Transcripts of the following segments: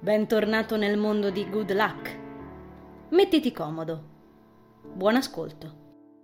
Bentornato nel mondo di Good Luck. Mettiti comodo. Buon ascolto.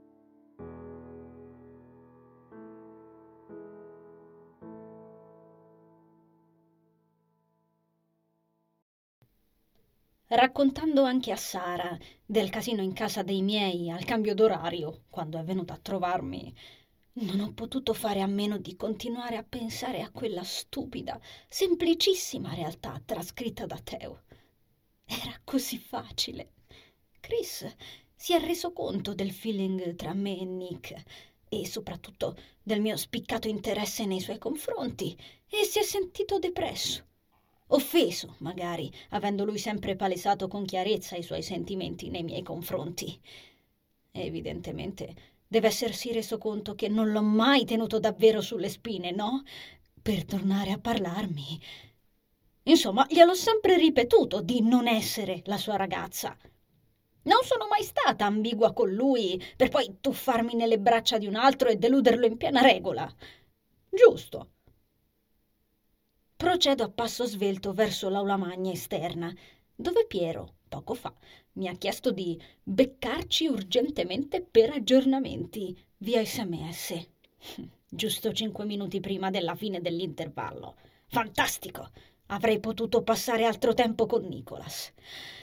Raccontando anche a Sara del casino in casa dei miei al cambio d'orario, quando è venuta a trovarmi, non ho potuto fare a meno di continuare a pensare a quella stupida, semplicissima realtà trascritta da Teo. Era così facile. Chris si è reso conto del feeling tra me e Nick e soprattutto del mio spiccato interesse nei suoi confronti e si è sentito depresso. Offeso, magari, avendo lui sempre palesato con chiarezza i suoi sentimenti nei miei confronti. Evidentemente deve essersi reso conto che non l'ho mai tenuto davvero sulle spine, no? Per tornare a parlarmi. Insomma, gliel'ho sempre ripetuto di non essere la sua ragazza. Non sono mai stata ambigua con lui per poi tuffarmi nelle braccia di un altro e deluderlo in piena regola. Giusto. Procedo a passo svelto verso l'aula magna esterna, dove Piero, poco fa, mi ha chiesto di beccarci urgentemente per aggiornamenti via SMS. Giusto 5 minuti prima della fine dell'intervallo. Fantastico! Avrei potuto passare altro tempo con Nicholas.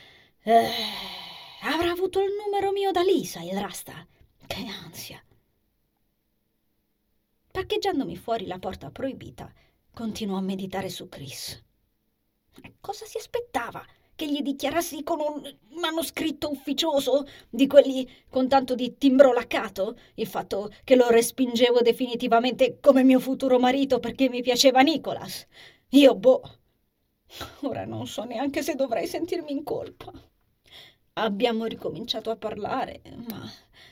Avrà avuto il numero mio da Lisa, il Rasta. Che ansia! Parcheggiandomi fuori la porta proibita, continuò a meditare su Chris. Cosa si aspettava? Che gli dichiarassi con un manoscritto ufficioso, di quelli con tanto di timbro laccato, il fatto che lo respingevo definitivamente come mio futuro marito perché mi piaceva Nicholas? Ora non so neanche se dovrei sentirmi in colpa. Abbiamo ricominciato a parlare, ma...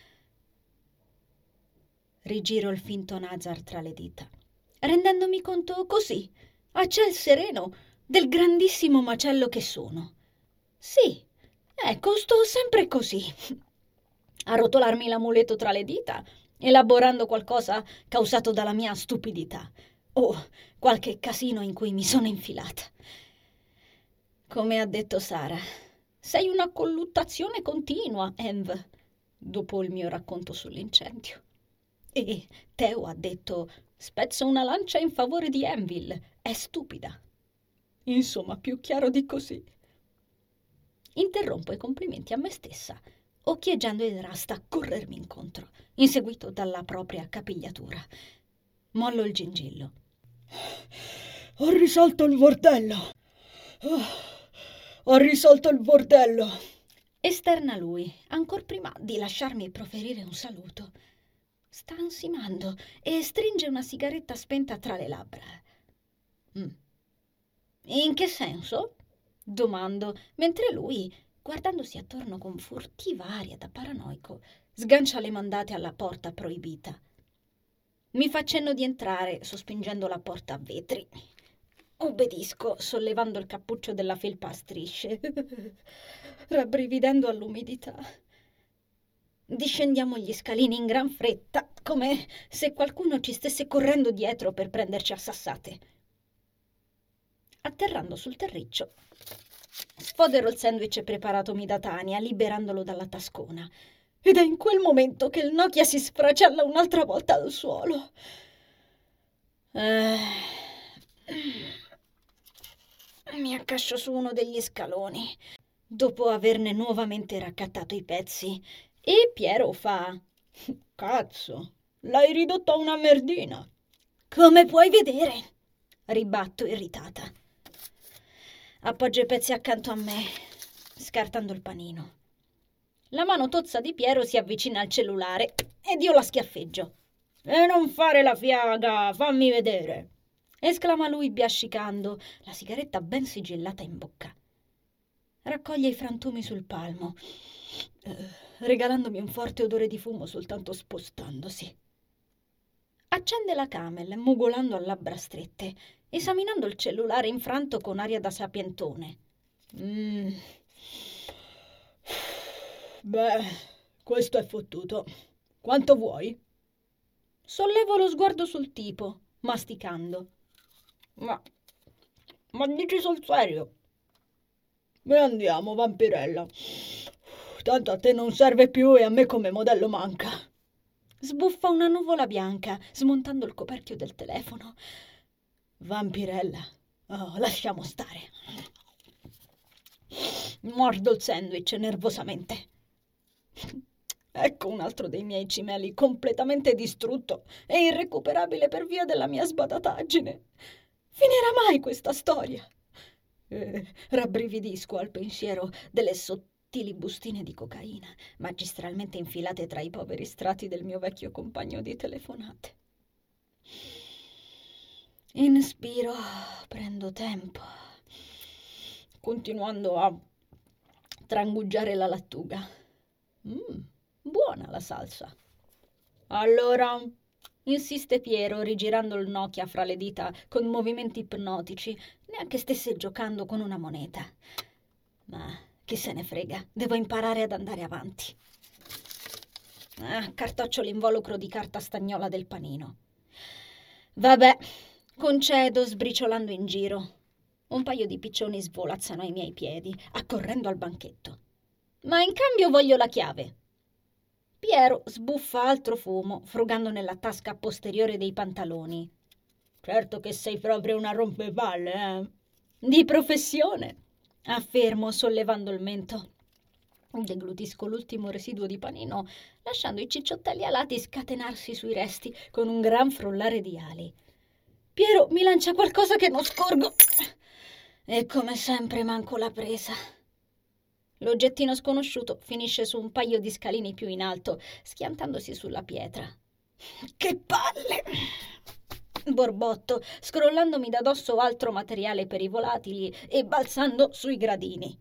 Rigiro il finto Nazar tra le dita, rendendomi conto così, a ciel sereno, del grandissimo macello che sono. Sì, ecco, sto sempre così, a rotolarmi l'amuleto tra le dita, elaborando qualcosa causato dalla mia stupidità, o qualche casino in cui mi sono infilata. Come ha detto Sara, sei una colluttazione continua, Env, dopo il mio racconto sull'incendio. E Teo ha detto, spezzo una lancia in favore di Enville, è stupida. Insomma, più chiaro di così. Interrompo i complimenti a me stessa, occhieggiando il Rasta a corrermi incontro, inseguito dalla propria capigliatura. Mollo il gingillo. Ho risolto il bordello! Ho risolto il bordello! Esterna lui, ancor prima di lasciarmi proferire un saluto. Sta ansimando e stringe una sigaretta spenta tra le labbra. In che senso? Domando, mentre lui, guardandosi attorno con furtiva aria da paranoico, sgancia le mandate alla porta proibita. Mi fa cenno di entrare, sospingendo la porta a vetri. Obbedisco, sollevando il cappuccio della felpa a strisce, rabbrividendo all'umidità. Discendiamo gli scalini in gran fretta, come se qualcuno ci stesse correndo dietro per prenderci a sassate. Atterrando sul terriccio, sfodero il sandwich preparatomi da Tania, liberandolo dalla tascona. Ed è in quel momento che il Nokia si sfracella un'altra volta al suolo. Mi accascio su uno degli scaloni, dopo averne nuovamente raccattato i pezzi, e Piero fa: Cazzo, l'hai ridotto a una merdina. Come puoi vedere, ribatto irritata. Appoggio i pezzi accanto a me, scartando il panino. La mano tozza di Piero si avvicina al cellulare ed io la schiaffeggio. E non fare la fiaga, fammi vedere, esclama lui biascicando, la sigaretta ben sigillata in bocca. Raccoglie i frantumi sul palmo, regalandomi un forte odore di fumo soltanto spostandosi. Accende la Camel, mugolando a labbra strette, esaminando il cellulare infranto con aria da sapientone. Beh, questo è fottuto. Quanto vuoi? Sollevo lo sguardo sul tipo, masticando. Ma dici sul serio? E andiamo, vampirella. Tanto a te non serve più e a me come modello manca. Sbuffa una nuvola bianca, smontando il coperchio del telefono. Vampirella, lasciamo stare. Mordo il sandwich nervosamente. Ecco un altro dei miei cimeli completamente distrutto e irrecuperabile per via della mia sbadataggine. Finirà mai questa storia? Rabbrividisco al pensiero delle sottili bustine di cocaina magistralmente infilate tra i poveri strati del mio vecchio compagno di telefonate. Inspiro, prendo tempo, continuando a trangugiare la lattuga. Buona la salsa. Allora, insiste Piero, rigirando il Nokia fra le dita con movimenti ipnotici, neanche stesse giocando con una moneta. Ma chi se ne frega, devo imparare ad andare avanti. Cartoccio l'involucro di carta stagnola del panino. Vabbè, concedo, sbriciolando in giro. Un paio di piccioni svolazzano ai miei piedi, accorrendo al banchetto. Ma in cambio voglio la chiave. Piero sbuffa altro fumo, frugando nella tasca posteriore dei pantaloni. Certo che sei proprio una rompepalle, eh? Di professione, affermo sollevando il mento. Deglutisco l'ultimo residuo di panino, lasciando i cicciottelli alati scatenarsi sui resti con un gran frullare di ali. Piero mi lancia qualcosa che non scorgo e come sempre manco la presa. L'oggettino sconosciuto finisce su un paio di scalini più in alto, schiantandosi sulla pietra. Che palle! Borbotto, scrollandomi da dosso altro materiale per i volatili e balzando sui gradini.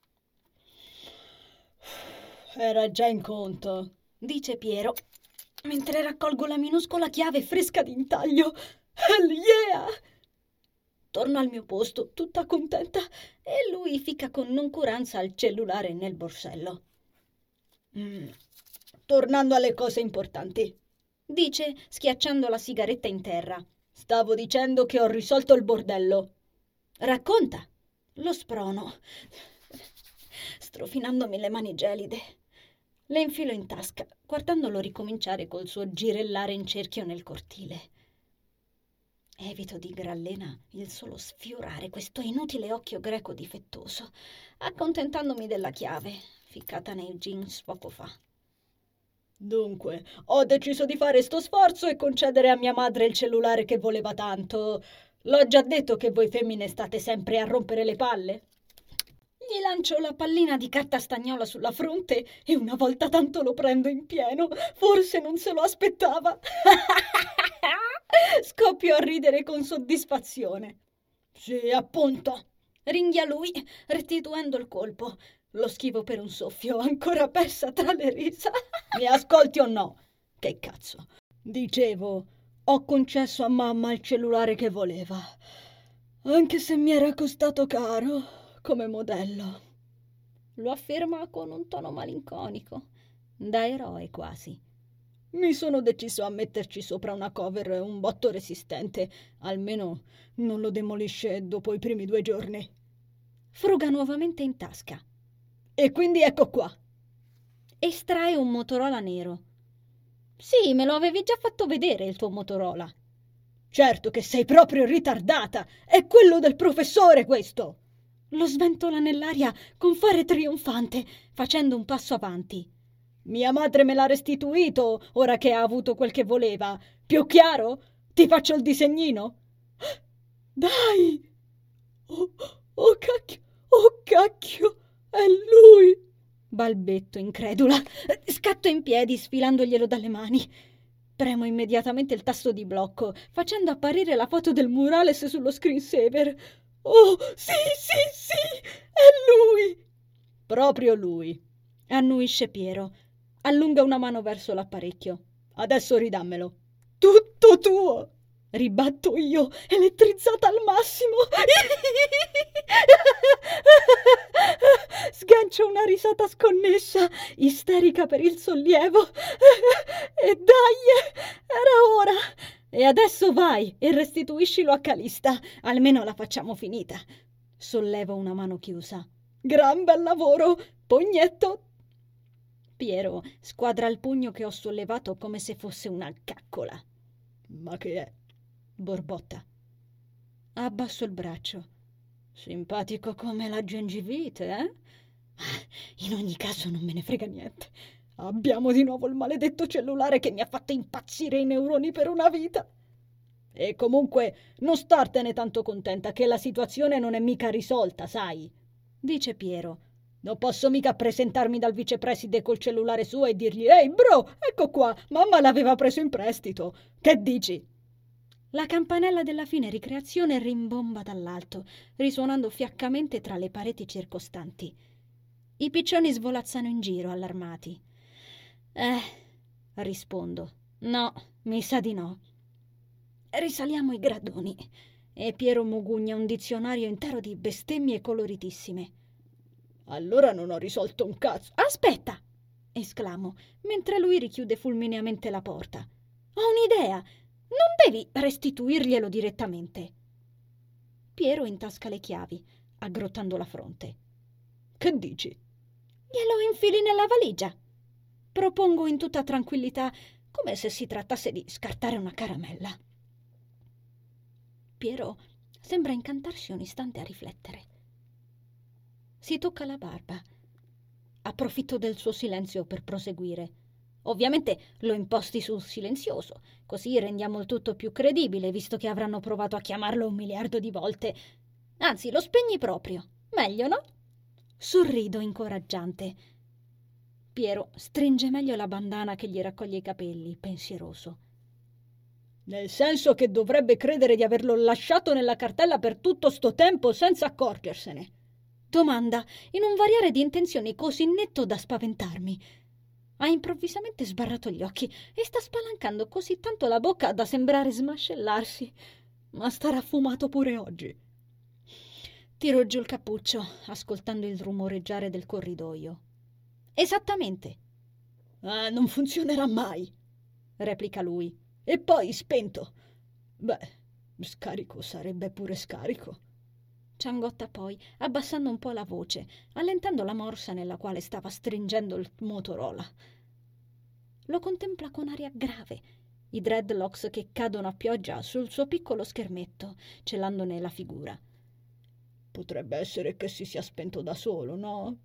Era già in conto, dice Piero, mentre raccolgo la minuscola chiave fresca d'intaglio. Hell yeah! Torno al mio posto, tutta contenta, e lui ficca con noncuranza il cellulare nel borsello. Tornando alle cose importanti, dice, schiacciando la sigaretta in terra. Stavo dicendo che ho risolto il bordello. Racconta. Lo sprono, strofinandomi le mani gelide. Le infilo in tasca, guardandolo ricominciare col suo girellare in cerchio nel cortile. Evito di gran lena il solo sfiorare questo inutile occhio greco difettoso, accontentandomi della chiave, ficcata nei jeans poco fa. Dunque, ho deciso di fare sto sforzo e concedere a mia madre il cellulare che voleva tanto. L'ho già detto che voi femmine state sempre a rompere le palle? Gli lancio la pallina di carta stagnola sulla fronte e una volta tanto lo prendo in pieno. Forse non se lo aspettava. Scoppio a ridere con soddisfazione. Sì, appunto, ringhia lui, restituendo il colpo. Lo schivo per un soffio, ancora persa tra le risa. Mi ascolti o no? Che cazzo? Dicevo, ho concesso a mamma il cellulare che voleva, anche se mi era costato caro come modello. Lo afferma con un tono malinconico, da eroe quasi. Mi sono deciso a metterci sopra una cover un botto resistente, almeno non lo demolisce dopo i primi 2 giorni. Fruga nuovamente in tasca. E quindi ecco qua. Estrae un Motorola nero. Sì, me lo avevi già fatto vedere il tuo Motorola. Certo che sei proprio ritardata, è quello del professore questo. Lo sventola nell'aria con fare trionfante, facendo un passo avanti. Mia madre me l'ha restituito, ora che ha avuto quel che voleva. Più chiaro? Ti faccio il disegnino? Dai! Oh cacchio, è lui! Balbetto incredula. Scatto in piedi, sfilandoglielo dalle mani. Premo immediatamente il tasto di blocco, facendo apparire la foto del murales sullo screensaver. Oh, sì, è lui! Proprio lui, annuisce Piero. Allunga una mano verso l'apparecchio. Adesso ridammelo. Tutto tuo! Ribatto io, elettrizzata al massimo. Sgancio una risata sconnessa, isterica per il sollievo. E dai, era ora. E adesso vai e restituiscilo a Calista. Almeno la facciamo finita. Sollevo una mano chiusa. Gran bel lavoro, Pognetto! Piero squadra il pugno che ho sollevato come se fosse una caccola. Ma che è? Borbotta. Abbasso il braccio. Simpatico come la gengivite, eh? In ogni caso non me ne frega niente. Abbiamo di nuovo il maledetto cellulare che mi ha fatto impazzire i neuroni per una vita. E comunque non startene tanto contenta che la situazione non è mica risolta, sai? Dice Piero. Non posso mica presentarmi dal vicepreside col cellulare suo e dirgli «Ehi, bro, ecco qua, mamma l'aveva preso in prestito. Che dici?» La campanella della fine ricreazione rimbomba dall'alto, risuonando fiaccamente tra le pareti circostanti. I piccioni svolazzano in giro, allarmati. Rispondo. No, mi sa di no. Risaliamo i gradoni e Piero mugugna un dizionario intero di bestemmie coloritissime. Allora non ho risolto un cazzo. Aspetta! Esclamo, mentre lui richiude fulmineamente la porta. Ho un'idea! Non devi restituirglielo direttamente. Piero intasca le chiavi, aggrottando la fronte. Che dici? Glielo infili nella valigia. Propongo in tutta tranquillità, come se si trattasse di scartare una caramella. Piero sembra incantarsi un istante a riflettere. Si tocca la barba. Approfitto del suo silenzio per proseguire. Ovviamente lo imposti sul silenzioso, così rendiamo il tutto più credibile, visto che avranno provato a chiamarlo 1 miliardo di volte. Anzi, lo spegni proprio. Meglio, no? Sorrido incoraggiante. Piero stringe meglio la bandana che gli raccoglie i capelli, pensieroso. Nel senso che dovrebbe credere di averlo lasciato nella cartella per tutto sto tempo senza accorgersene. Domanda, in un variare di intenzioni così netto da spaventarmi. Ha improvvisamente sbarrato gli occhi e sta spalancando così tanto la bocca da sembrare smascellarsi. Ma starà fumato pure oggi. Tiro giù il cappuccio, ascoltando il rumoreggiare del corridoio. Esattamente. Non funzionerà mai, replica lui. E poi spento. Beh, scarico sarebbe pure scarico. Ciangotta poi, abbassando un po' la voce, allentando la morsa nella quale stava stringendo il Motorola. Lo contempla con aria grave, i dreadlocks che cadono a pioggia sul suo piccolo schermetto, celandone la figura. Potrebbe essere che si sia spento da solo, no?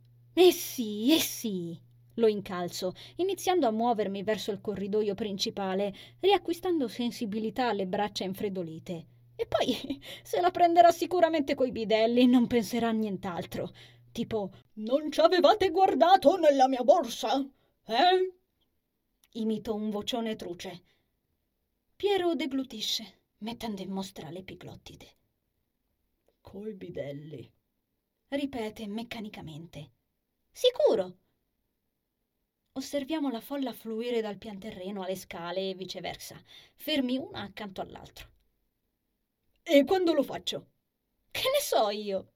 Sì, lo incalzo, iniziando a muovermi verso il corridoio principale, riacquistando sensibilità alle braccia infreddolite. E poi se la prenderà sicuramente coi bidelli, non penserà a nient'altro. Tipo, non ci avevate guardato nella mia borsa? Eh? Imito un vocione truce. Piero deglutisce, mettendo in mostra l'epiglottide. Coi bidelli, ripete meccanicamente. Sicuro! Osserviamo la folla fluire dal pian terreno alle scale e viceversa, fermi una accanto all'altro. E quando lo faccio? Che ne so io?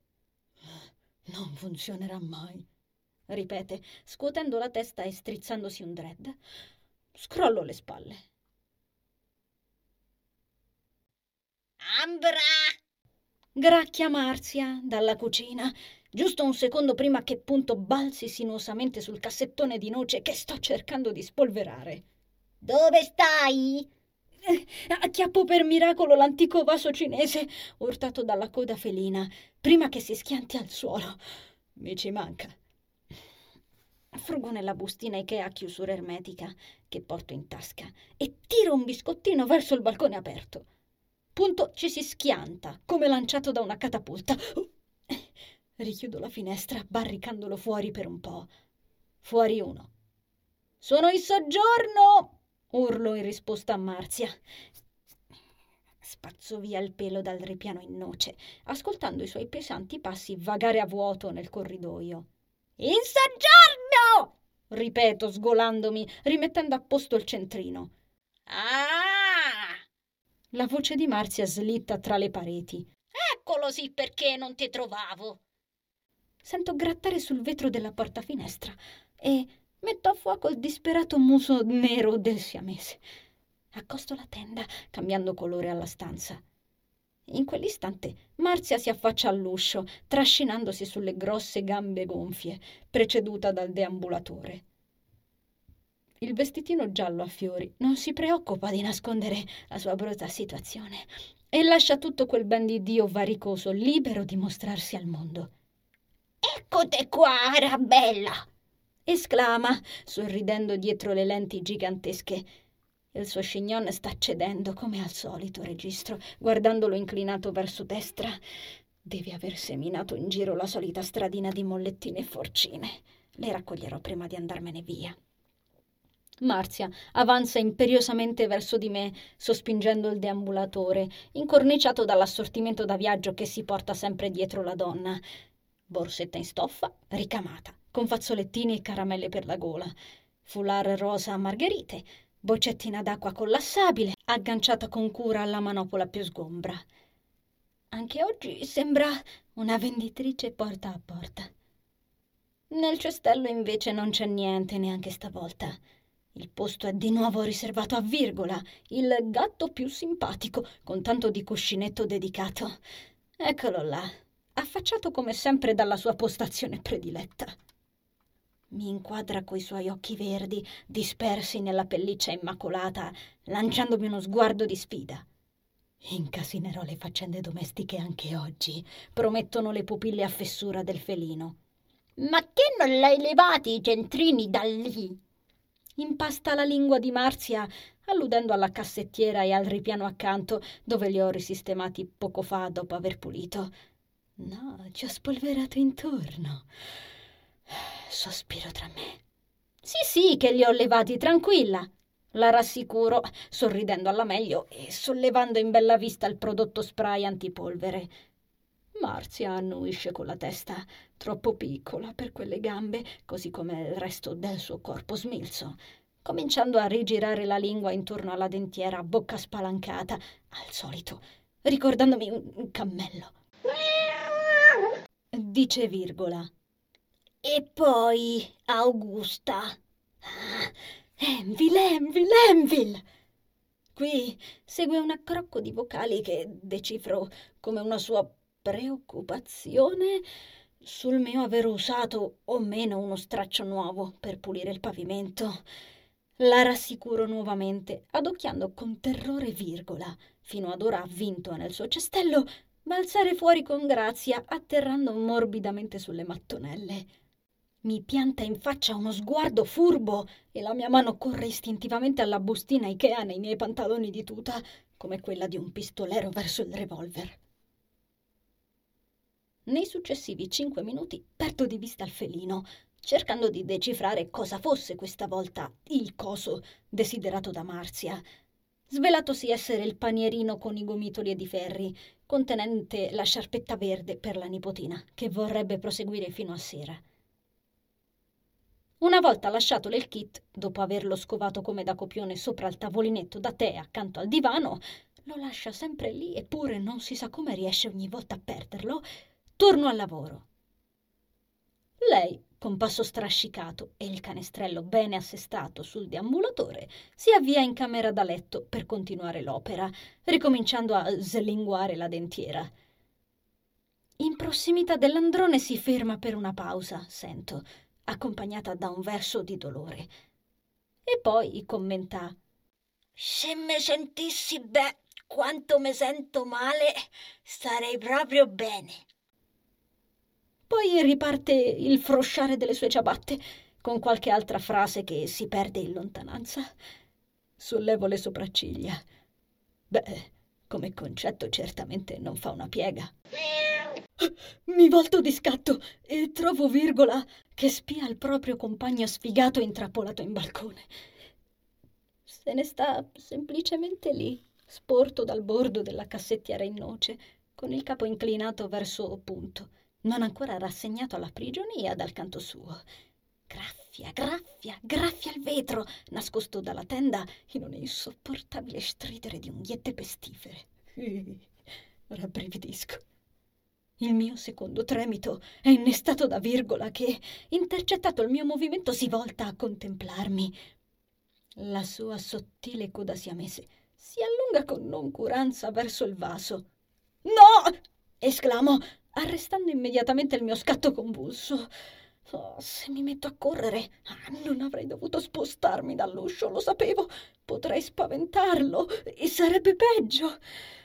Non funzionerà mai, ripete, scuotendo la testa e strizzandosi un dread. Scrollo le spalle. Ambra! Gracchia Marzia dalla cucina, giusto un secondo prima che punto balzi sinuosamente sul cassettone di noce che sto cercando di spolverare. Dove stai? Acchiappo per miracolo l'antico vaso cinese urtato dalla coda felina, prima che si schianti al suolo. Mi ci manca. Frugo nella bustina Ikea a chiusura ermetica che porto in tasca e tiro un biscottino verso il balcone aperto. Punto ci si schianta, come lanciato da una catapulta. Richiudo la finestra, barricandolo fuori per un po'. Fuori uno. «Sono in soggiorno!» urlo in risposta a Marzia. Spazzo via il pelo dal ripiano in noce, ascoltando i suoi pesanti passi vagare a vuoto nel corridoio. «In soggiorno!» ripeto, sgolandomi, rimettendo a posto il centrino. «Ah!» La voce di Marzia slitta tra le pareti. «Eccolo sì perché non ti trovavo!» Sento grattare sul vetro della portafinestra e metto a fuoco il disperato muso nero del siamese. Accosto la tenda, cambiando colore alla stanza. In quell'istante Marzia si affaccia all'uscio, trascinandosi sulle grosse gambe gonfie, preceduta dal deambulatore. Il vestitino giallo a fiori non si preoccupa di nascondere la sua brutta situazione e lascia tutto quel ben di Dio varicoso libero di mostrarsi al mondo. «Eccote qua, Arabella!» esclama, sorridendo dietro le lenti gigantesche. Il suo chignon sta cedendo come al solito, registro, guardandolo inclinato verso destra. Deve aver seminato in giro la solita stradina di mollettine e forcine. Le raccoglierò prima di andarmene via. Marzia avanza imperiosamente verso di me, sospingendo il deambulatore, incorniciato dall'assortimento da viaggio che si porta sempre dietro la donna. Borsetta in stoffa, ricamata, con fazzolettini e caramelle per la gola, foulard rosa a margherite, boccettina d'acqua collassabile, agganciata con cura alla manopola più sgombra. Anche oggi sembra una venditrice porta a porta. Nel cestello invece non c'è niente neanche stavolta. Il posto è di nuovo riservato a Virgola, il gatto più simpatico, con tanto di cuscinetto dedicato. Eccolo là, affacciato come sempre dalla sua postazione prediletta. Mi inquadra coi suoi occhi verdi, dispersi nella pelliccia immacolata, lanciandomi uno sguardo di sfida. Incasinerò le faccende domestiche anche oggi, promettono le pupille a fessura del felino. «Ma che non l'hai levati i centrini da lì?» Impasta la lingua di Marzia, alludendo alla cassettiera e al ripiano accanto, dove li ho risistemati poco fa dopo aver pulito. No, ci ho spolverato intorno. Sospiro tra me. Sì, che li ho levati, tranquilla. La rassicuro, sorridendo alla meglio e sollevando in bella vista il prodotto spray antipolvere. Marzia annuisce con la testa, troppo piccola per quelle gambe, così come il resto del suo corpo smilzo, cominciando a rigirare la lingua intorno alla dentiera a bocca spalancata, al solito, ricordandomi un cammello. Dice Virgola. «E poi, Augusta?» Envil! Qui segue un accrocco di vocali che decifro come una sua preoccupazione sul mio aver usato o meno uno straccio nuovo per pulire il pavimento. La rassicuro nuovamente, adocchiando con terrore Virgola, fino ad ora avvinto nel suo cestello, balzare fuori con grazia, atterrando morbidamente sulle mattonelle. Mi pianta in faccia uno sguardo furbo e la mia mano corre istintivamente alla bustina Ikea nei miei pantaloni di tuta, come quella di un pistolero verso il revolver. Nei successivi 5 minuti perdo di vista il felino, cercando di decifrare cosa fosse questa volta il coso desiderato da Marzia, svelatosi essere il panierino con i gomitoli ed i ferri, contenente la sciarpetta verde per la nipotina, che vorrebbe proseguire fino a sera. Una volta lasciatole il kit, dopo averlo scovato come da copione sopra il tavolinetto da tè accanto al divano, lo lascia sempre lì eppure non si sa come riesce ogni volta a perderlo, torno al lavoro. Lei, con passo strascicato e il canestrello bene assestato sul deambulatore, si avvia in camera da letto per continuare l'opera, ricominciando a slinguare la dentiera. In prossimità dell'androne si ferma per una pausa, sento, accompagnata da un verso di dolore. E poi commenta: «Se me sentissi quanto me sento male, starei proprio bene». Poi riparte il frosciare delle sue ciabatte, con qualche altra frase che si perde in lontananza. Sollevo le sopracciglia. Come concetto certamente non fa una piega. Mi volto di scatto e trovo Virgola che spia il proprio compagno sfigato intrappolato in balcone. Se ne sta semplicemente lì, sporto dal bordo della cassettiera in noce, con il capo inclinato verso punto, non ancora rassegnato alla prigionia dal canto suo. Graffia il vetro, nascosto dalla tenda in un insopportabile stridere di unghiette pestifere. Rabbrividisco. Il mio secondo tremito è innestato da Virgola che, intercettato il mio movimento, si volta a contemplarmi. La sua sottile coda siamese si allunga con noncuranza verso il vaso. No! Esclamo, arrestando immediatamente il mio scatto convulso. Oh, se mi metto a correre, non avrei dovuto spostarmi dall'uscio, lo sapevo. Potrei spaventarlo e sarebbe peggio.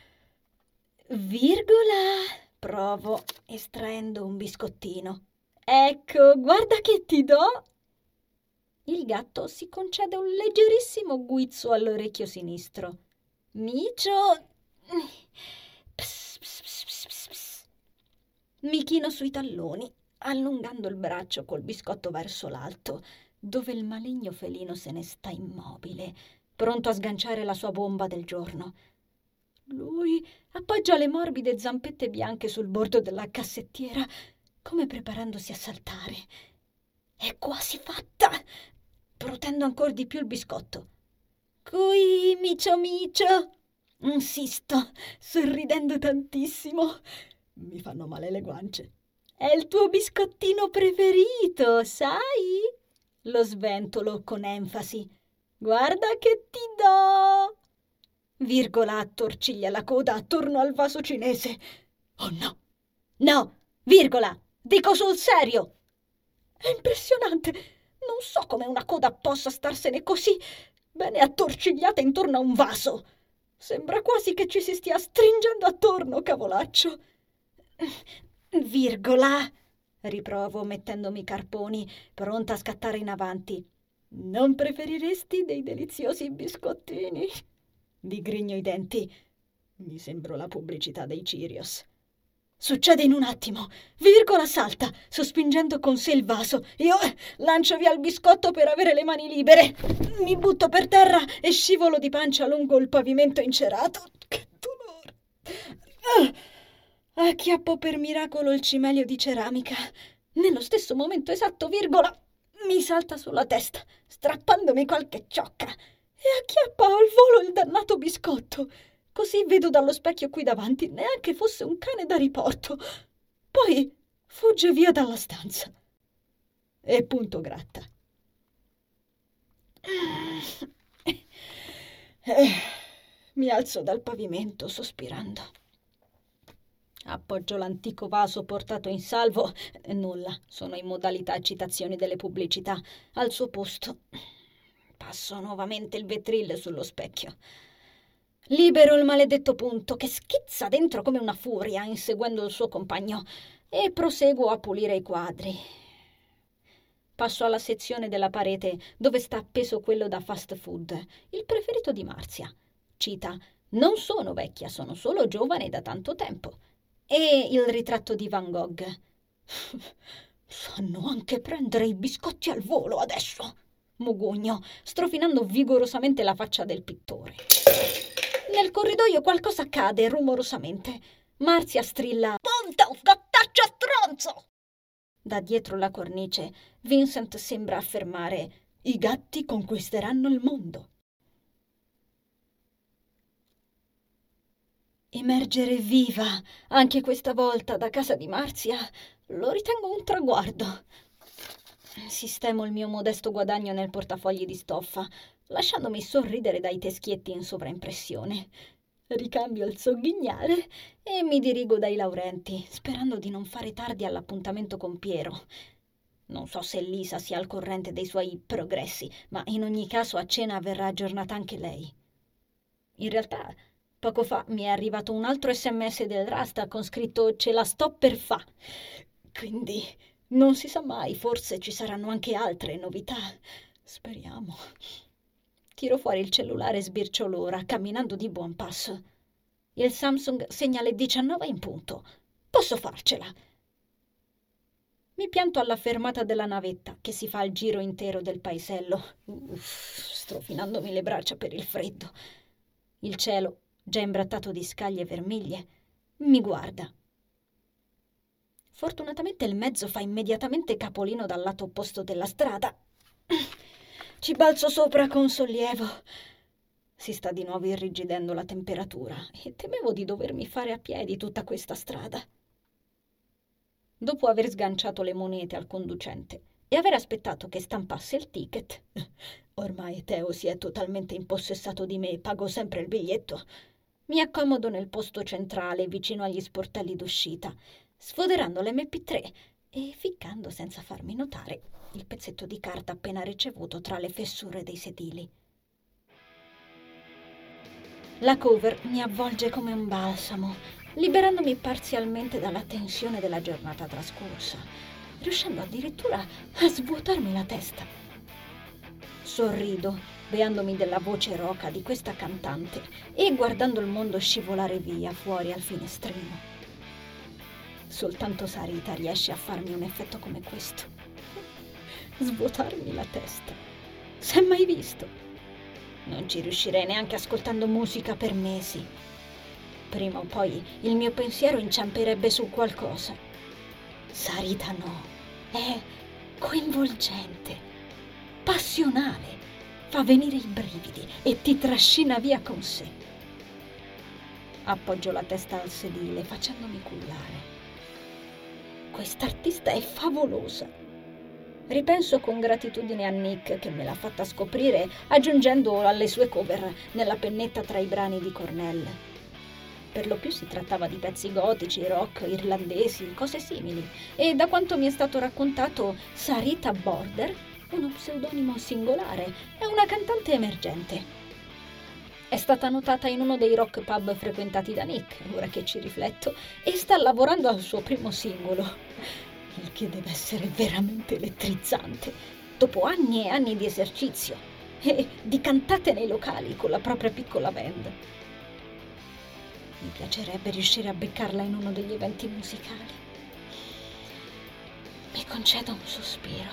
Virgola, provo, estraendo un biscottino. Ecco, guarda che ti do. Il gatto si concede un leggerissimo guizzo all'orecchio sinistro. Micio. Pss, pss, pss, pss, pss, pss. Mi chino sui talloni, allungando il braccio col biscotto verso l'alto, dove il maligno felino se ne sta immobile, pronto a sganciare la sua bomba del giorno. Lui appoggia le morbide zampette bianche sul bordo della cassettiera, come preparandosi a saltare. È quasi fatta! Protendo ancor di più il biscotto. Qui, micio micio! Insisto, sorridendo tantissimo. Mi fanno male le guance. È il tuo biscottino preferito, sai? Lo sventolo con enfasi. Guarda che ti do! Virgola attorciglia la coda attorno al vaso cinese. Oh no! No! Virgola! Dico sul serio! È impressionante! Non so come una coda possa starsene così bene attorcigliata intorno a un vaso. Sembra quasi che ci si stia stringendo attorno, cavolaccio. Virgola, riprovo mettendomi i carponi, pronta a scattare in avanti. Non preferiresti dei deliziosi biscottini? Digrigno i denti. Mi sembro la pubblicità dei Cheerios. Succede in un attimo. Virgola salta, sospingendo con sé il vaso. Io lancio via il biscotto per avere le mani libere. Mi butto per terra e scivolo di pancia lungo il pavimento incerato. Che dolore! Acchiappo per miracolo il cimelio di ceramica. Nello stesso momento esatto, Virgola mi salta sulla testa, strappandomi qualche ciocca, e acchiappa al volo il dannato biscotto. Così vedo dallo specchio qui davanti, neanche fosse un cane da riporto. Poi fugge via dalla stanza. E punto gratta. Mi alzo dal pavimento sospirando. Appoggio l'antico vaso portato in salvo. Nulla, sono in modalità citazioni delle pubblicità. Al suo posto passo nuovamente il vetril sullo specchio. Libero il maledetto punto che schizza dentro come una furia inseguendo il suo compagno e proseguo a pulire i quadri. Passo alla sezione della parete dove sta appeso quello da fast food, il preferito di Marzia. Cita: «Non sono vecchia, sono solo giovane da tanto tempo». E il ritratto di Van Gogh. Sanno anche prendere i biscotti al volo adesso, mugugno, strofinando vigorosamente la faccia del pittore. Nel corridoio qualcosa accade rumorosamente. Marzia strilla: «Punta, un scottaccio stronzo!» Da dietro la cornice Vincent sembra affermare: «I gatti conquisteranno il mondo». Emergere viva anche questa volta da casa di Marzia lo ritengo un traguardo. Sistemo il mio modesto guadagno nel portafogli di stoffa, lasciandomi sorridere dai teschietti in sovraimpressione. Ricambio il sogghignare e mi dirigo dai Laurenti, sperando di non fare tardi all'appuntamento con Piero. Non so se Lisa sia al corrente dei suoi progressi, ma in ogni caso a cena verrà aggiornata anche lei. In realtà, poco fa mi è arrivato un altro SMS del Rasta con scritto «Ce la sto per fa». Quindi non si sa mai, forse ci saranno anche altre novità. Speriamo. Tiro fuori il cellulare e sbircio l'ora, camminando di buon passo. Il Samsung segna le 19 in punto. Posso farcela. Mi pianto alla fermata della navetta che si fa il giro intero del paesello, strofinandomi le braccia per il freddo. Il cielo, già imbrattato di scaglie vermiglie, mi guarda. Fortunatamente il mezzo fa immediatamente capolino dal lato opposto della strada. Ci balzo sopra con sollievo. Si sta di nuovo irrigidendo la temperatura e temevo di dovermi fare a piedi tutta questa strada. Dopo aver sganciato le monete al conducente e aver aspettato che stampasse il ticket, ormai Teo si è totalmente impossessato di me e pago sempre il biglietto, Mi accomodo nel posto centrale, vicino agli sportelli d'uscita, sfoderando l'MP3 e ficcando senza farmi notare il pezzetto di carta appena ricevuto tra le fessure dei sedili. La cover mi avvolge come un balsamo, liberandomi parzialmente dalla tensione della giornata trascorsa, riuscendo addirittura a svuotarmi la testa. Sorrido, beandomi della voce roca di questa cantante e guardando il mondo scivolare via fuori al finestrino. Soltanto Sarita riesce a farmi un effetto come questo. Svuotarmi la testa. S'è mai visto? Non ci riuscirei neanche ascoltando musica per mesi. Prima o poi il mio pensiero inciamperebbe su qualcosa. Sarita no, è coinvolgente, passionale, fa venire i brividi e ti trascina via con sé. Appoggio la testa al sedile facendomi cullare. Quest'artista è favolosa. Ripenso con gratitudine a Nick che me l'ha fatta scoprire aggiungendo alle sue cover nella pennetta tra i brani di Cornell. Per lo più si trattava di pezzi gotici, rock, irlandesi, cose simili, e da quanto mi è stato raccontato, Sarita Border, uno pseudonimo singolare, è una cantante emergente. È stata notata in uno dei rock pub frequentati da Nick, ora che ci rifletto, e sta lavorando al suo primo singolo, il che deve essere veramente elettrizzante, dopo anni e anni di esercizio e di cantate nei locali con la propria piccola band. Mi piacerebbe riuscire a beccarla in uno degli eventi musicali. Mi concedo un sospiro.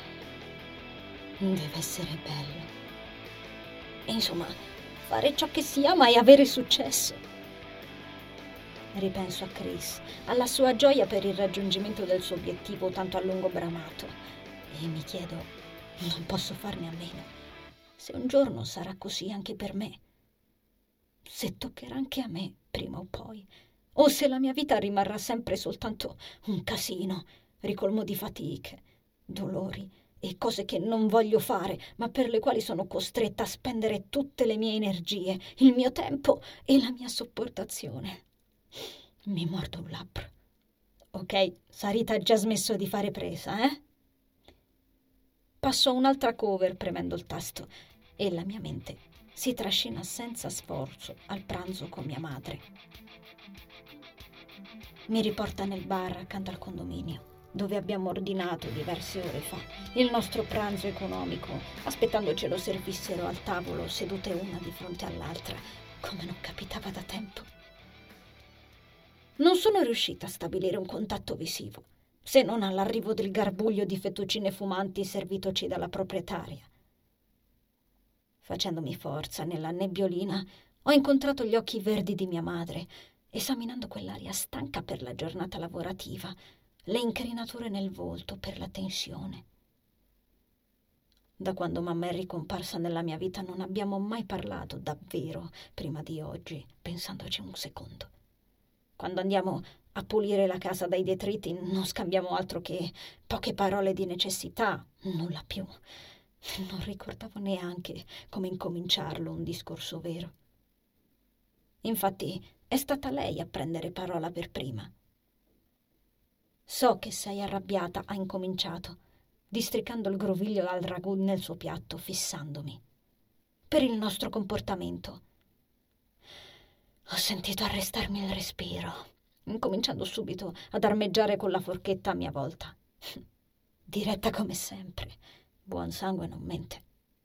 Deve essere bello. Insomma, fare ciò che si ama e avere successo. Ripenso a Chris, alla sua gioia per il raggiungimento del suo obiettivo tanto a lungo bramato, e mi chiedo, non posso farne a meno, se un giorno sarà così anche per me. Se toccherà anche a me, prima o poi, o se la mia vita rimarrà sempre soltanto un casino, ricolmo di fatiche, dolori e cose che non voglio fare, ma per le quali sono costretta a spendere tutte le mie energie, il mio tempo e la mia sopportazione. Mi mordo un labbro. Ok, Sarita ha già smesso di fare presa, eh? Passo a un'altra cover premendo il tasto e la mia mente si trascina senza sforzo al pranzo con mia madre. Mi riporta nel bar accanto al condominio, dove abbiamo ordinato diverse ore fa il nostro pranzo economico, aspettando ce lo servissero al tavolo, sedute una di fronte all'altra, come non capitava da tempo. Non sono riuscita a stabilire un contatto visivo, se non all'arrivo del garbuglio di fettuccine fumanti servitoci dalla proprietaria. Facendomi forza nella nebbiolina, ho incontrato gli occhi verdi di mia madre, esaminando quell'aria stanca per la giornata lavorativa, le incrinature nel volto per la tensione. Da quando mamma è ricomparsa nella mia vita non abbiamo mai parlato davvero prima di oggi, pensandoci un secondo. Quando andiamo a pulire la casa dai detriti non scambiamo altro che poche parole di necessità, nulla più. Non ricordavo neanche come incominciarlo un discorso vero. Infatti è stata lei a prendere parola per prima. So che sei arrabbiata, ha incominciato, districando il groviglio al ragù nel suo piatto, fissandomi. Per il nostro comportamento. Ho sentito arrestarmi il respiro, incominciando subito ad armeggiare con la forchetta a mia volta. Diretta come sempre, buon sangue non mente.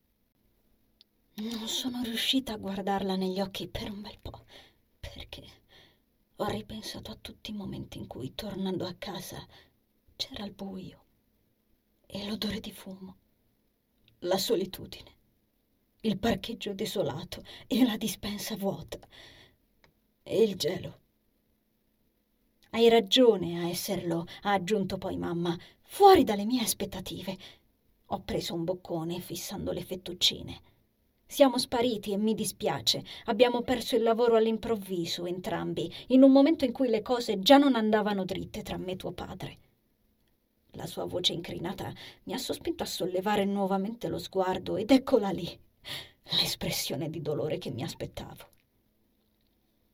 Non sono riuscita a guardarla negli occhi per un bel po', perché ho ripensato a tutti i momenti in cui, tornando a casa, c'era il buio e l'odore di fumo, la solitudine, il parcheggio desolato e la dispensa vuota e il gelo. Hai ragione a esserlo, ha aggiunto poi mamma, fuori dalle mie aspettative. Ho preso un boccone fissando le fettuccine. Siamo spariti e mi dispiace. Abbiamo perso il lavoro all'improvviso, entrambi, in un momento in cui le cose già non andavano dritte tra me e tuo padre. La sua voce incrinata mi ha sospinto a sollevare nuovamente lo sguardo ed eccola lì, l'espressione di dolore che mi aspettavo.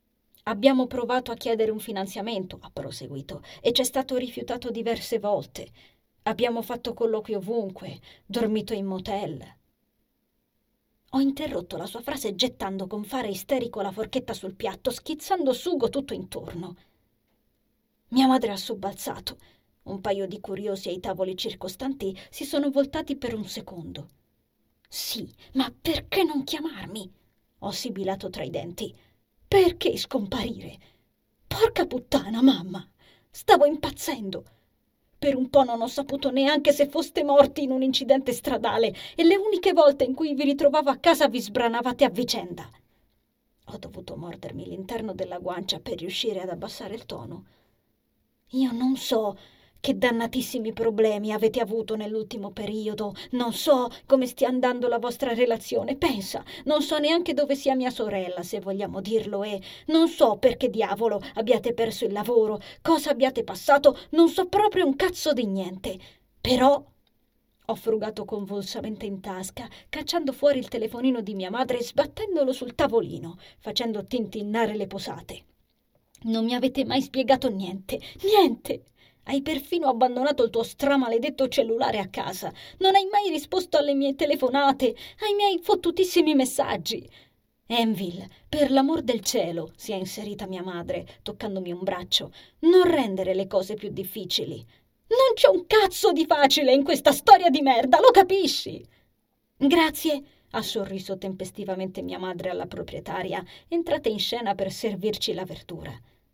Abbiamo provato a chiedere un finanziamento, ha proseguito, e ci è stato rifiutato diverse volte. Abbiamo fatto colloqui ovunque, dormito in motel. Ho interrotto la sua frase gettando con fare isterico la forchetta sul piatto, schizzando sugo tutto intorno. Mia madre ha sobbalzato. Un paio di curiosi ai tavoli circostanti si sono voltati per un secondo. «Sì, ma perché non chiamarmi?» Ho sibilato tra i denti. «Perché scomparire? Porca puttana, mamma! Stavo impazzendo! Per un po' non ho saputo neanche se foste morti in un incidente stradale e le uniche volte in cui vi ritrovavo a casa vi sbranavate a vicenda». Ho dovuto mordermi l'interno della guancia per riuscire ad abbassare il tono. «Io non so che dannatissimi problemi avete avuto nell'ultimo periodo, non so come stia andando la vostra relazione, pensa, non so neanche dove sia mia sorella, se vogliamo dirlo, e non so perché diavolo abbiate perso il lavoro, cosa abbiate passato, non so proprio un cazzo di niente. Però...» Ho frugato convulsamente in tasca, cacciando fuori il telefonino di mia madre e sbattendolo sul tavolino, facendo tintinnare le posate. «Non mi avete mai spiegato niente, niente! Hai perfino abbandonato il tuo stramaledetto cellulare a casa. Non hai mai risposto alle mie telefonate, ai miei fottutissimi messaggi. Envil, per l'amor del cielo, si è inserita mia madre, toccandomi un braccio, non rendere le cose più difficili. Non c'è un cazzo di facile in questa storia di merda, lo capisci?» «Grazie», ha sorriso tempestivamente mia madre alla proprietaria, entrata in scena per servirci la verdura.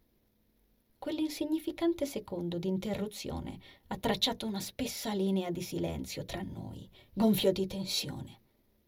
Quell'insignificante secondo di interruzione ha tracciato una spessa linea di silenzio tra noi, gonfio di tensione.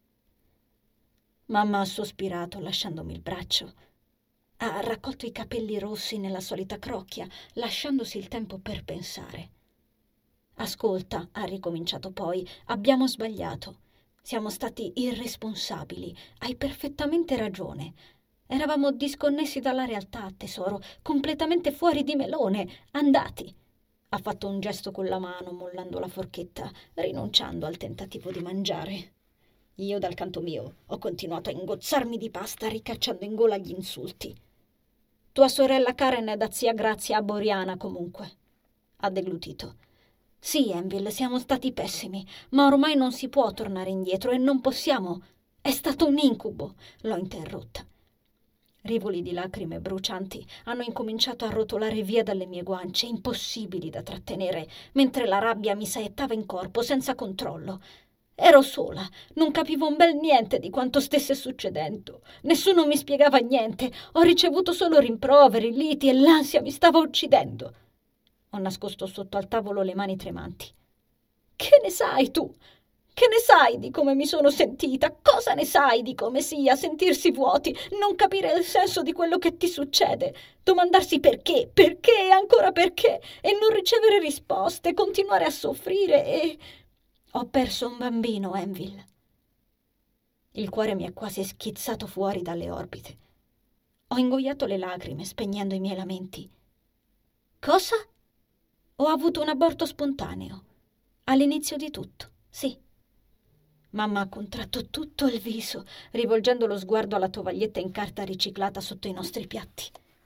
Mamma ha sospirato lasciandomi il braccio. Ha raccolto i capelli rossi nella solita crocchia, lasciandosi il tempo per pensare. «Ascolta», ha ricominciato poi, «abbiamo sbagliato. Siamo stati irresponsabili. Hai perfettamente ragione. Eravamo disconnessi dalla realtà, tesoro, completamente fuori di melone, andati». Ha fatto un gesto con la mano, mollando la forchetta, rinunciando al tentativo di mangiare. Io, dal canto mio, ho continuato a ingozzarmi di pasta, ricacciando in gola gli insulti. «Tua sorella Karen è da zia Grazia a Boriana, comunque», ha deglutito. «Sì, Envil, siamo stati pessimi, ma ormai non si può tornare indietro e non possiamo. È stato un incubo», l'ho interrotta. Rivoli di lacrime brucianti hanno incominciato a rotolare via dalle mie guance, impossibili da trattenere, mentre la rabbia mi saettava in corpo senza controllo. Ero sola, non capivo un bel niente di quanto stesse succedendo. Nessuno mi spiegava niente, ho ricevuto solo rimproveri, liti e l'ansia mi stava uccidendo. Ho nascosto sotto al tavolo le mani tremanti. «Che ne sai tu? Che ne sai di come mi sono sentita? Cosa ne sai di come sia sentirsi vuoti, non capire il senso di quello che ti succede, domandarsi perché e ancora perché, e non ricevere risposte, continuare a soffrire e...» Ho perso un bambino, Envil. Il cuore mi è quasi schizzato fuori dalle orbite. Ho ingoiato le lacrime, spegnendo i miei lamenti. «Cosa?» «Ho avuto un aborto spontaneo. All'inizio di tutto, sì». Mamma ha contratto tutto il viso, rivolgendo lo sguardo alla tovaglietta in carta riciclata sotto i nostri piatti.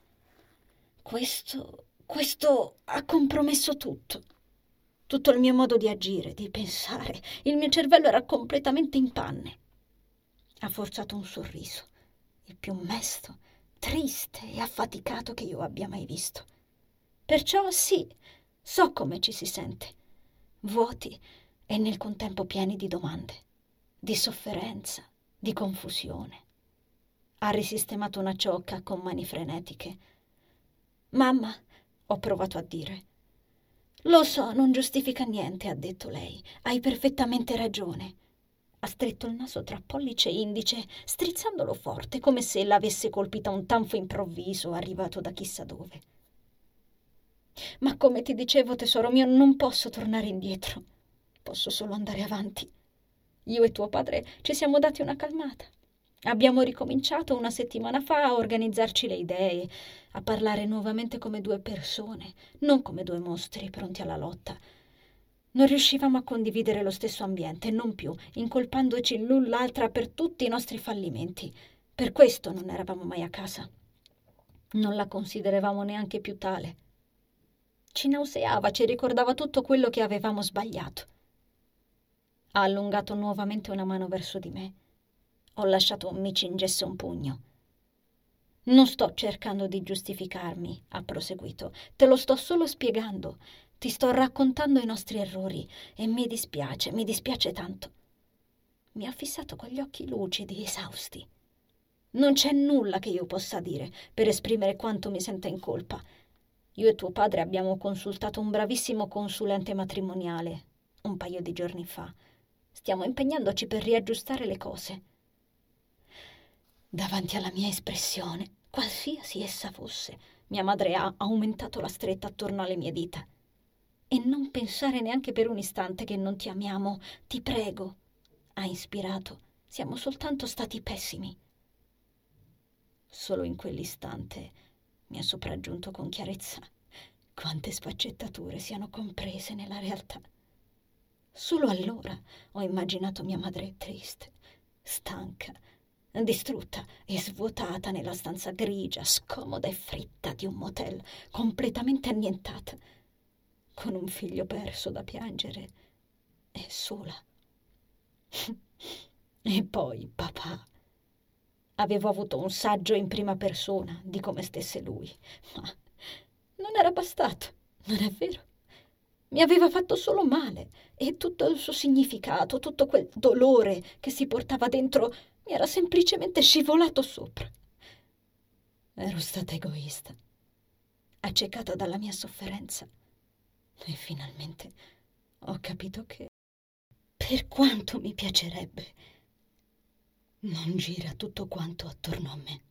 Questo ha compromesso tutto. Tutto il mio modo di agire, di pensare. Il mio cervello era completamente in panne. Ha forzato un sorriso, il più mesto, triste e affaticato che io abbia mai visto. «Perciò sì, so come ci si sente. Vuoti e nel contempo pieni di domande, di sofferenza, di confusione». Ha risistemato una ciocca con mani frenetiche. «Mamma», ho provato a dire. «Lo so, non giustifica niente», ha detto lei. «Hai perfettamente ragione». Ha stretto il naso tra pollice e indice, strizzandolo forte, come se l'avesse colpita un tanfo improvviso, arrivato da chissà dove. «Ma come ti dicevo, tesoro mio, non posso tornare indietro. Posso solo andare avanti. Io e tuo padre ci siamo dati una calmata. Abbiamo ricominciato una settimana fa a organizzarci le idee, a parlare nuovamente come due persone, non come due mostri pronti alla lotta. Non riuscivamo a condividere lo stesso ambiente, non più, incolpandoci l'un l'altra per tutti i nostri fallimenti. Per questo non eravamo mai a casa. Non la consideravamo neanche più tale. Ci nauseava, ci ricordava tutto quello che avevamo sbagliato. Ha allungato nuovamente una mano verso di me. Ho lasciato mi cingesse un pugno. Non sto cercando di giustificarmi, ha proseguito. Te lo sto solo spiegando. Ti sto raccontando i nostri errori e mi dispiace tanto. Mi ha fissato con gli occhi lucidi, esausti. Non c'è nulla che io possa dire per esprimere quanto mi sento in colpa. Io e tuo padre abbiamo consultato un bravissimo consulente matrimoniale un paio di giorni fa. Stiamo impegnandoci per riaggiustare le cose. Davanti alla mia espressione, qualsiasi essa fosse, mia madre ha aumentato la stretta attorno alle mie dita. E non pensare neanche per un istante che non ti amiamo, ti prego, ha ispirato. Siamo soltanto stati pessimi. Solo in quell'istante mi è sopraggiunto con chiarezza quante sfaccettature siano comprese nella realtà. Solo allora ho immaginato mia madre triste, stanca, distrutta e svuotata nella stanza grigia, scomoda e fritta di un motel, completamente annientata, con un figlio perso da piangere e sola. E poi papà. Avevo avuto un saggio in prima persona di come stesse lui, ma non era bastato, non è vero? Mi aveva fatto solo male e tutto il suo significato, tutto quel dolore che si portava dentro mi era semplicemente scivolato sopra. Ero stata egoista, accecata dalla mia sofferenza e finalmente ho capito che, per quanto mi piacerebbe, non gira tutto quanto attorno a me.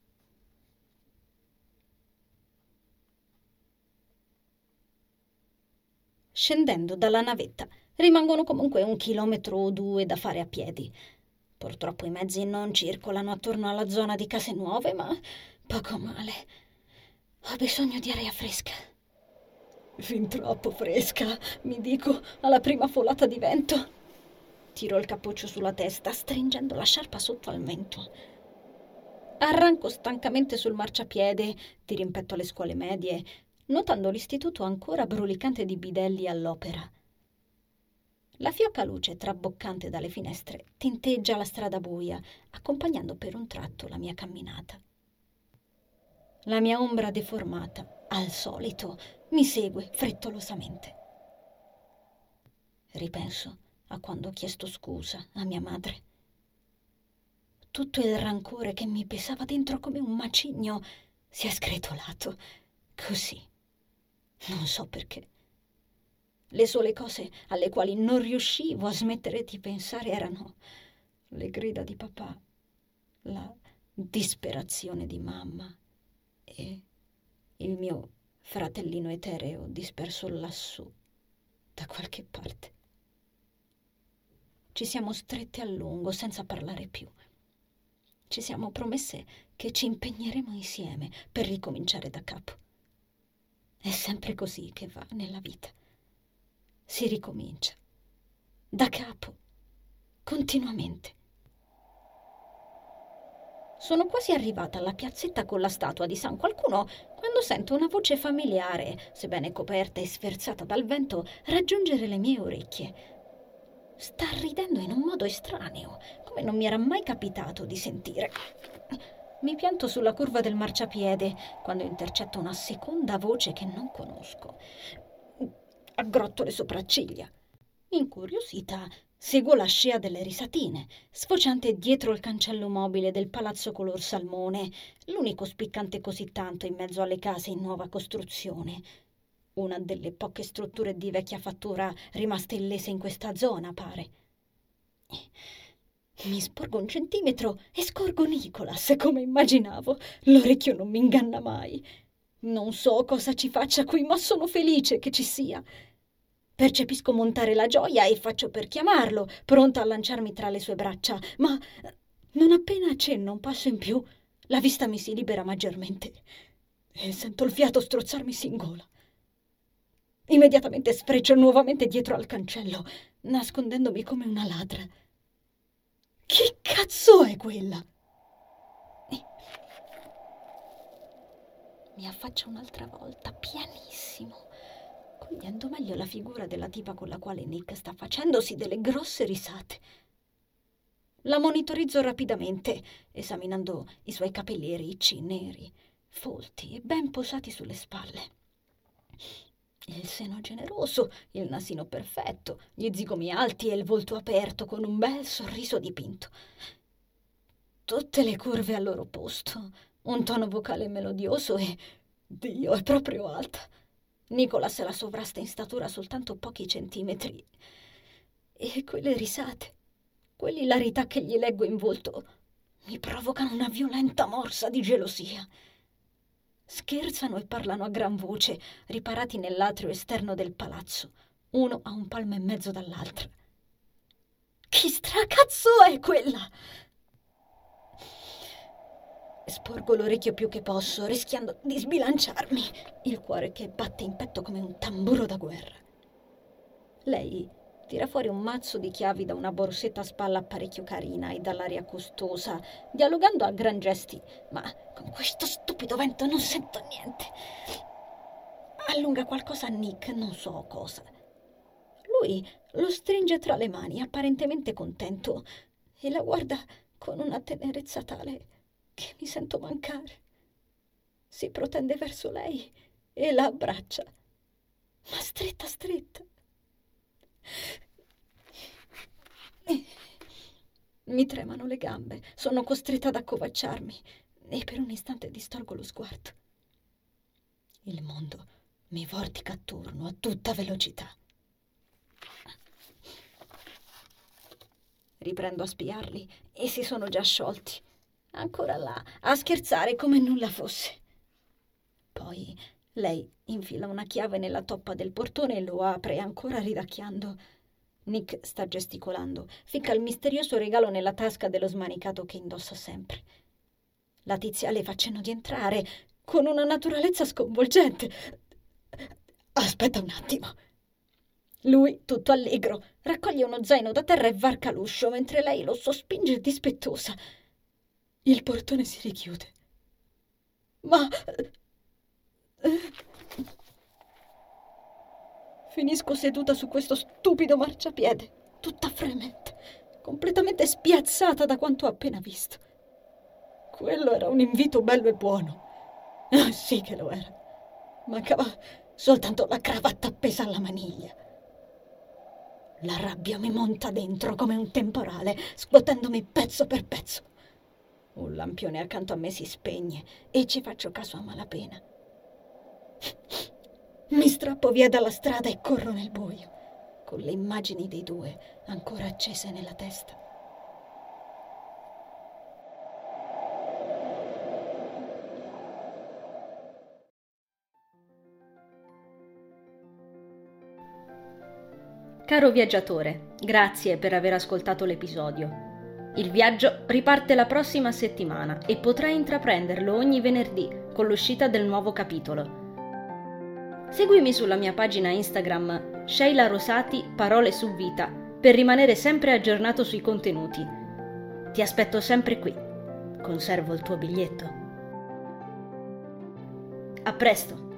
Scendendo dalla navetta rimangono comunque 1 chilometro o 2 da fare a piedi. Purtroppo i mezzi non circolano attorno alla zona di case nuove, ma poco male. Ho bisogno di aria fresca. Fin troppo fresca, mi dico, alla prima folata di vento. Tiro il cappuccio sulla testa, stringendo la sciarpa sotto al mento. Arranco stancamente sul marciapiede, dirimpetto alle scuole medie, notando l'istituto ancora brulicante di bidelli all'opera. La fioca luce traboccante dalle finestre tinteggia la strada buia, accompagnando per un tratto la mia camminata. La mia ombra deformata, al solito, mi segue frettolosamente. Ripenso a quando ho chiesto scusa a mia madre. Tutto il rancore che mi pesava dentro come un macigno si è scretolato, così. Non so perché. Le sole cose alle quali non riuscivo a smettere di pensare erano le grida di papà, la disperazione di mamma e il mio fratellino etereo disperso lassù, da qualche parte. Ci siamo strette a lungo senza parlare più. Ci siamo promesse che ci impegneremo insieme per ricominciare da capo. È sempre così che va nella vita. Si ricomincia da capo, continuamente. Sono quasi arrivata alla piazzetta con la statua di San Qualcuno quando sento una voce familiare, sebbene coperta e sferzata dal vento, raggiungere le mie orecchie. Sta ridendo in un modo estraneo, come non mi era mai capitato di sentire. Mi pianto sulla curva del marciapiede quando intercetto una seconda voce che non conosco. Aggrotto le sopracciglia. Incuriosita, seguo la scia delle risatine, sfociante dietro il cancello mobile del palazzo color salmone, l'unico spiccante così tanto in mezzo alle case in nuova costruzione. Una delle poche strutture di vecchia fattura rimaste illese in questa zona, pare. Mi sporgo 1 centimetro e scorgo Nicholas, come immaginavo. L'orecchio non mi inganna mai. Non so cosa ci faccia qui, ma sono felice che ci sia. Percepisco montare la gioia e faccio per chiamarlo, pronta a lanciarmi tra le sue braccia, ma non appena accenno un passo in più, la vista mi si libera maggiormente e sento il fiato strozzarmisi in gola. Immediatamente sfreccio nuovamente dietro al cancello, nascondendomi come una ladra. Chi cazzo è quella? mi affaccia un'altra volta, pianissimo, cogliendo meglio la figura della tipa con la quale Nick sta facendosi delle grosse risate. La monitorizzo rapidamente, esaminando i suoi capelli ricci, neri, folti e ben posati sulle spalle. Il seno generoso, il nasino perfetto, gli zigomi alti e il volto aperto con un bel sorriso dipinto. Tutte le curve al loro posto, un tono vocale melodioso e, Dio, è proprio alta. Nicholas la sovrasta in statura soltanto pochi centimetri. E quelle risate, quell'ilarità che gli leggo in volto, mi provocano una violenta morsa di gelosia. Scherzano e parlano a gran voce, riparati nell'atrio esterno del palazzo, uno a un palmo e mezzo dall'altra. Chi stracazzo è quella? Sporgo l'orecchio più che posso, rischiando di sbilanciarmi, il cuore che batte in petto come un tamburo da guerra. Lei tira fuori un mazzo di chiavi da una borsetta a spalla parecchio carina e dall'aria costosa, dialogando a gran gesti, ma con questo stupido vento non sento niente. Allunga qualcosa a Nick, non so cosa. Lui lo stringe tra le mani, apparentemente contento, e la guarda con una tenerezza tale che mi sento mancare. Si protende verso lei e la abbraccia, ma stretta stretta. Mi tremano le gambe, sono costretta ad accovacciarmi e per un istante distorgo lo sguardo. Il mondo mi vortica attorno a tutta velocità. Riprendo a spiarli e si sono già sciolti, ancora là, a scherzare come nulla fosse. Poi lei infila una chiave nella toppa del portone e lo apre, ancora ridacchiando. Nick sta gesticolando, ficca il misterioso regalo nella tasca dello smanicato che indossa sempre. La tizia le fa cenno di entrare, con una naturalezza sconvolgente. Aspetta un attimo. Lui, tutto allegro, raccoglie uno zaino da terra e varca l'uscio, mentre lei lo sospinge dispettosa. Il portone si richiude. Ma... Finisco seduta su questo stupido marciapiede, tutta fremente, completamente spiazzata da quanto ho appena visto. Quello era un invito bello e buono. Ah, sì che lo era. Mancava soltanto la cravatta appesa alla maniglia. La rabbia mi monta dentro come un temporale, scuotendomi pezzo per pezzo. Un lampione accanto a me si spegne e ci faccio caso a malapena. Mi strappo via dalla strada e corro nel buio, con le immagini dei due ancora accese nella testa. Caro viaggiatore, grazie per aver ascoltato l'episodio. Il viaggio riparte la prossima settimana e potrai intraprenderlo ogni venerdì con l'uscita del nuovo capitolo. Seguimi sulla mia pagina Instagram Sheila Rosati Parole su Vita per rimanere sempre aggiornato sui contenuti. Ti aspetto sempre qui. Conservo il tuo biglietto. A presto!